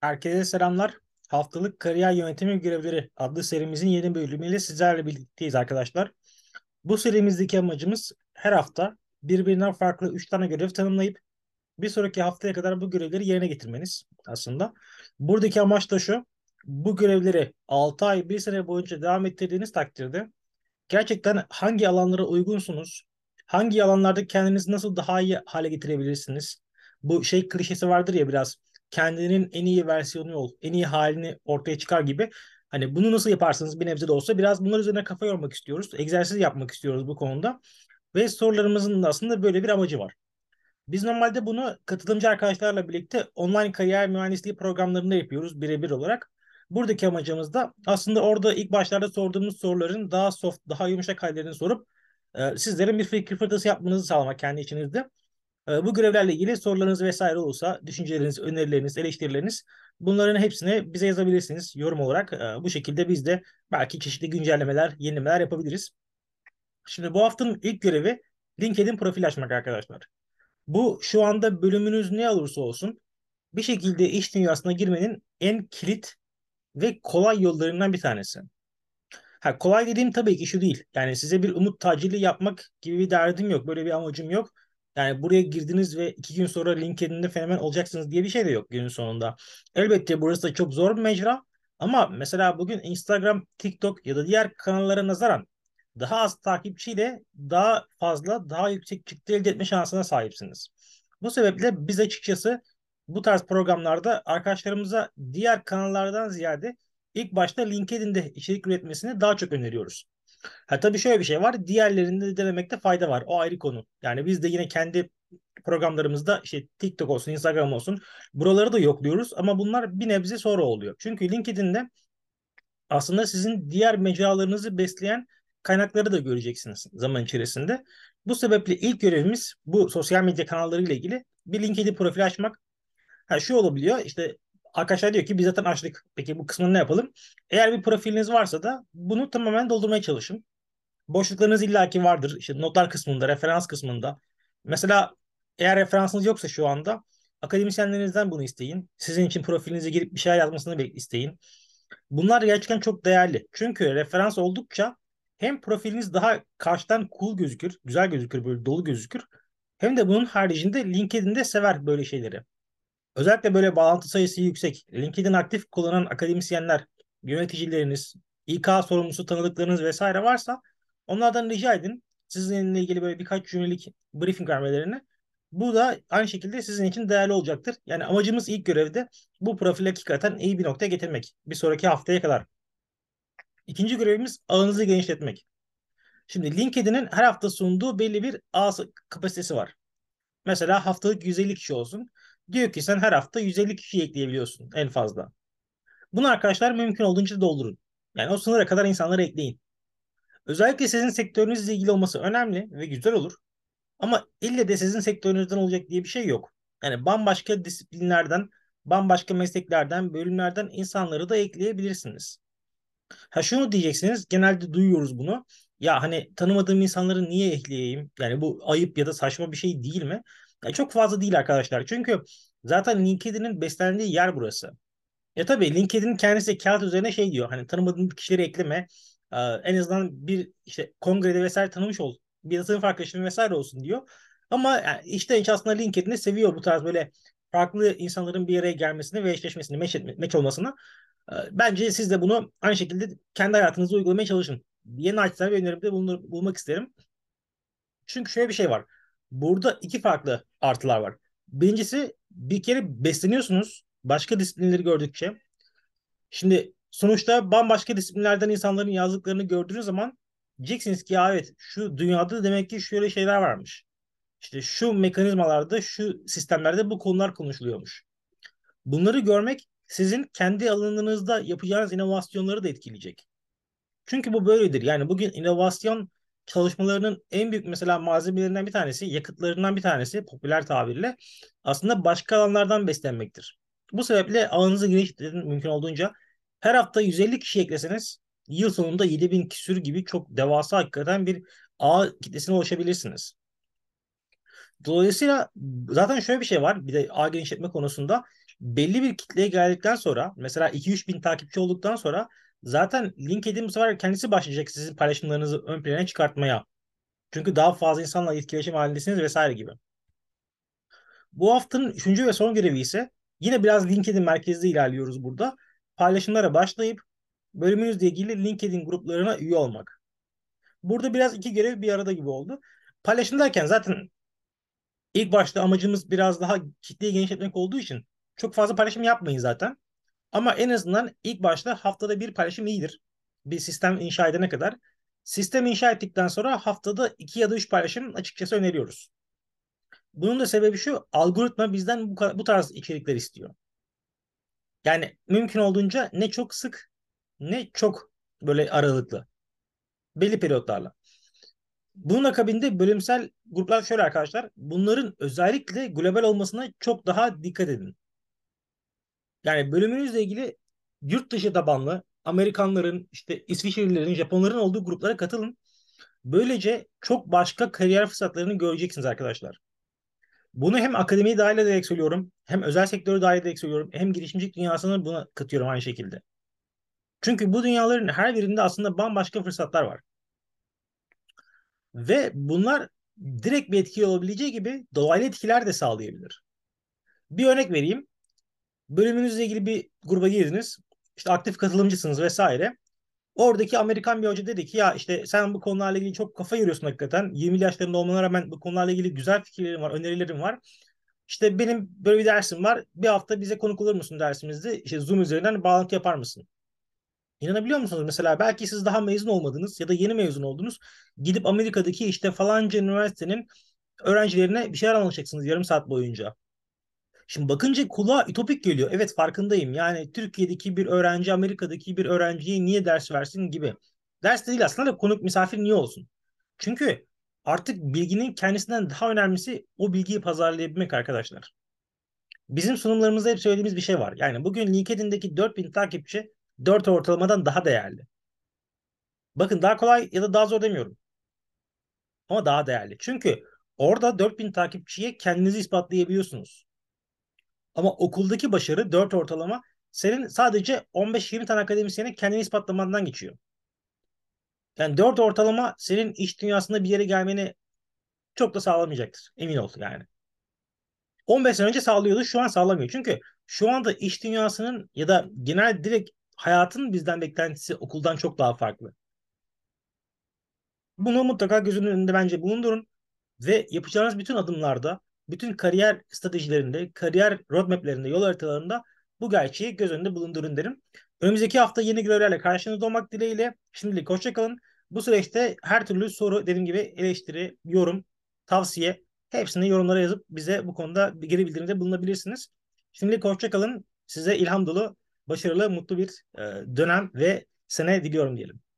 Herkese selamlar. Haftalık Kariyer Yönetimi Görevleri adlı serimizin yeni bölümüyle sizlerle birlikteyiz arkadaşlar. Bu serimizdeki amacımız her hafta birbirinden farklı 3 tane görev tanımlayıp bir sonraki haftaya kadar bu görevleri yerine getirmeniz aslında. Buradaki amaç da şu: bu görevleri 6 ay, bir sene boyunca devam ettirdiğiniz takdirde gerçekten hangi alanlara uygunsunuz? Hangi alanlarda kendinizi nasıl daha iyi hale getirebilirsiniz? Bu şey klişesi vardır ya, biraz kendinin en iyi versiyonu ol, en iyi halini ortaya çıkar gibi. Hani bunu nasıl yaparsınız bir nebze de olsa, biraz bunlar üzerine kafa yormak istiyoruz. Egzersiz yapmak istiyoruz bu konuda. Ve sorularımızın da aslında böyle bir amacı var. Biz normalde bunu katılımcı arkadaşlarla birlikte online kariyer mühendisliği programlarında yapıyoruz birebir olarak. Buradaki amacımız da aslında orada ilk başlarda sorduğumuz soruların daha soft, daha yumuşak hallerini sorup sizlerin bir fikir fırtınası yapmanızı sağlamak kendi içinizde. Bu görevlerle ilgili sorularınız vesaire olursa, düşünceleriniz, önerileriniz, eleştirileriniz, bunların hepsini bize yazabilirsiniz yorum olarak. Bu şekilde biz de belki çeşitli güncellemeler, yenilemeler yapabiliriz. Şimdi bu haftanın ilk görevi LinkedIn profil açmak arkadaşlar. Bu şu anda bölümünüz ne olursa olsun bir şekilde iş dünyasına girmenin en kilit ve kolay yollarından bir tanesi. Ha, kolay dediğim tabii ki şu değil. Yani size bir umut tacili yapmak gibi bir derdim yok. Böyle bir amacım yok. Yani buraya girdiniz ve 2 gün sonra LinkedIn'de fenomen olacaksınız diye bir şey de yok günün sonunda. Elbette burası da çok zor bir mecra. Ama mesela bugün Instagram, TikTok ya da diğer kanallara nazaran daha az takipçiyle daha fazla, daha yüksek çıktı elde etme şansına sahipsiniz. Bu sebeple biz açıkçası bu tarz programlarda arkadaşlarımıza diğer kanallardan ziyade İlk başta LinkedIn'de içerik üretmesini daha çok öneriyoruz. Ha tabii şöyle bir şey var. Diğerlerinde de denemekte fayda var. O ayrı konu. Yani biz de yine kendi programlarımızda işte TikTok olsun, Instagram olsun, buraları da yokluyoruz ama bunlar bir nebze sonra oluyor. Çünkü LinkedIn'de aslında sizin diğer mecralarınızı besleyen kaynakları da göreceksiniz zaman içerisinde. Bu sebeple ilk görevimiz bu sosyal medya kanalları ile ilgili bir LinkedIn profili açmak. Ha, şu olabiliyor işte, arkadaşlar diyor ki biz zaten açtık. Peki bu kısmını ne yapalım? Eğer bir profiliniz varsa da bunu tamamen doldurmaya çalışın. Boşluklarınız illaki vardır. İşte notlar kısmında, referans kısmında. Mesela eğer referansınız yoksa şu anda akademisyenlerinizden bunu isteyin. Sizin için profilinize girip bir şeyler yazmasını isteyin. Bunlar gerçekten çok değerli. Çünkü referans oldukça hem profiliniz daha karşıdan cool gözükür, güzel gözükür, böyle dolu gözükür. Hem de bunun haricinde LinkedIn'de sever böyle şeyleri. Özellikle böyle bağlantı sayısı yüksek, LinkedIn aktif kullanan akademisyenler, yöneticileriniz, İK sorumlusu tanıdıklarınız vesaire varsa onlardan rica edin sizinle ilgili böyle birkaç cümlelik briefing vermelerini. Bu da aynı şekilde sizin için değerli olacaktır. Yani amacımız ilk görevde bu profili hakikaten iyi bir noktaya getirmek. Bir sonraki haftaya kadar. İkinci görevimiz ağınızı genişletmek. Şimdi LinkedIn'in her hafta sunduğu belli bir ağ kapasitesi var. Mesela haftalık 150 kişi olsun. Diyor ki sen her hafta 150 kişi ekleyebiliyorsun en fazla. Bunu arkadaşlar mümkün olduğunca doldurun. Yani o sınıra kadar insanları ekleyin. Özellikle sizin sektörünüzle ilgili olması önemli ve güzel olur. Ama ille de sizin sektörünüzden olacak diye bir şey yok. Yani bambaşka disiplinlerden, bambaşka mesleklerden, bölümlerden insanları da ekleyebilirsiniz. Ha şunu diyeceksiniz, genelde duyuyoruz bunu. Ya hani tanımadığım insanları niye ekleyeyim? Yani bu ayıp ya da saçma bir şey değil mi? Ya çok fazla değil arkadaşlar. Çünkü zaten LinkedIn'in beslendiği yer burası. Ya tabii LinkedIn kendisi kağıt üzerine şey diyor. Hani tanımadığın kişileri ekleme. En azından bir işte kongrede vesaire tanımış ol. Bir sınıf arkadaşın vesaire olsun diyor. Ama yani içten içe aslında LinkedIn'i seviyor bu tarz böyle farklı insanların bir araya gelmesini ve eşleşmesini, meç olmasını. Bence siz de bunu aynı şekilde kendi hayatınızda uygulamaya çalışın. Yeni naçizane bir önerimde bulmak isterim. Çünkü şöyle bir şey var. Burada iki farklı artılar var. Birincisi, bir kere besleniyorsunuz başka disiplinleri gördükçe. Şimdi sonuçta bambaşka disiplinlerden insanların yazdıklarını gördüğünüz zaman diyeceksiniz ki ya evet, şu dünyada demek ki şöyle şeyler varmış. İşte şu mekanizmalarda, şu sistemlerde bu konular konuşuluyormuş. Bunları görmek sizin kendi alanınızda yapacağınız inovasyonları da etkileyecek. Çünkü bu böyledir. Yani bugün inovasyon çalışmalarının en büyük mesela malzemelerinden bir tanesi, yakıtlarından bir tanesi popüler tabirle aslında başka alanlardan beslenmektir. Bu sebeple ağınızı genişletin mümkün olduğunca. Her hafta 150 kişi ekleseniz yıl sonunda 7.000 küsür gibi çok devasa hakikaten bir ağ kitlesine ulaşabilirsiniz. Dolayısıyla zaten şöyle bir şey var bir de ağ genişletme konusunda. Belli bir kitleye geldikten sonra, mesela 2-3 bin takipçi olduktan sonra, zaten LinkedIn bu sefer kendisi başlayacak sizin paylaşımlarınızı ön plana çıkartmaya. Çünkü daha fazla insanla etkileşim halindesiniz vesaire gibi. Bu haftanın üçüncü ve son görevi ise yine biraz LinkedIn merkezli ilerliyoruz burada. Paylaşımlara başlayıp bölümünüzle ilgili LinkedIn gruplarına üye olmak. Burada biraz iki görev bir arada gibi oldu. Paylaşım derken zaten ilk başta amacımız biraz daha kitleyi genişletmek olduğu için çok fazla paylaşım yapmayın zaten. Ama en azından ilk başta haftada bir paylaşım iyidir. Bir sistem inşa edene kadar. Sistem inşa ettikten sonra haftada 2 ya da 3 paylaşım açıkçası öneriyoruz. Bunun da sebebi şu: algoritma bizden bu tarz içerikler istiyor. Yani mümkün olduğunca ne çok sık ne çok böyle aralıklı. Belli periyotlarla. Bunun akabinde bölümsel gruplar şöyle arkadaşlar. Bunların özellikle global olmasına çok daha dikkat edin. Yani bölümünüzle ilgili yurt dışı tabanlı Amerikanların, işte İsviçrelilerin, Japonların olduğu gruplara katılın. Böylece çok başka kariyer fırsatlarını göreceksiniz arkadaşlar. Bunu hem akademiyi dahil ederek söylüyorum, hem özel sektörü dahil ederek söylüyorum, hem girişimcilik dünyasını buna katıyorum aynı şekilde. Çünkü bu dünyaların her birinde aslında bambaşka fırsatlar var. Ve bunlar direkt bir etki olabileceği gibi dolaylı etkiler de sağlayabilir. Bir örnek vereyim. Bölümünüzle ilgili bir gruba girdiniz. İşte aktif katılımcısınız vesaire. Oradaki Amerikan bir hoca dedi ki ya işte sen bu konularla ilgili çok kafa yoruyorsun hakikaten. 20 yaşlarında olmana rağmen bu konularla ilgili güzel fikirlerim var, önerilerim var. İşte benim böyle bir dersim var. Bir hafta bize konuk olur musun dersimizde? İşte Zoom üzerinden bağlantı yapar mısın? İnanabiliyor musunuz? Mesela belki siz daha mezun olmadınız ya da yeni mezun oldunuz. Gidip Amerika'daki işte falanca üniversitenin öğrencilerine bir şeyler anlatacaksınız yarım saat boyunca. Şimdi bakınca kulağa ütopik geliyor. Evet, farkındayım. Yani Türkiye'deki bir öğrenci Amerika'daki bir öğrenciye niye ders versin gibi. Ders değil aslında da konuk misafir niye olsun? Çünkü artık bilginin kendisinden daha önemlisi o bilgiyi pazarlayabilmek arkadaşlar. Bizim sunumlarımızda hep söylediğimiz bir şey var. Yani bugün LinkedIn'deki 4.000 takipçi 4 ortalamadan daha değerli. Bakın, daha kolay ya da daha zor demiyorum. Ama daha değerli. Çünkü orada 4.000 takipçiye kendinizi ispatlayabiliyorsunuz. Ama okuldaki başarı 4 ortalama senin sadece 15-20 tane akademisyene kendini ispatlamandan geçiyor. Yani 4 ortalama senin iş dünyasında bir yere gelmeni çok da sağlamayacaktır. Emin ol yani. 15 sene önce sağlıyordu, şu an sağlamıyor. Çünkü şu anda iş dünyasının ya da genel direkt hayatın bizden beklentisi okuldan çok daha farklı. Bunu mutlaka gözünün önünde bence bulundurun. Ve yapacağınız bütün adımlarda, bütün kariyer stratejilerinde, kariyer roadmaplerinde, yol haritalarında bu gerçeği göz önünde bulundurun derim. Önümüzdeki hafta yeni görevlerle karşınızda olmak dileğiyle. Şimdilik hoşça kalın. Bu süreçte her türlü soru, dediğim gibi eleştiri, yorum, tavsiye, hepsini yorumlara yazıp bize bu konuda bir geri bildirimde bulunabilirsiniz. Şimdilik hoşça kalın. Size ilham dolu, başarılı, mutlu bir dönem ve sene diliyorum diyelim.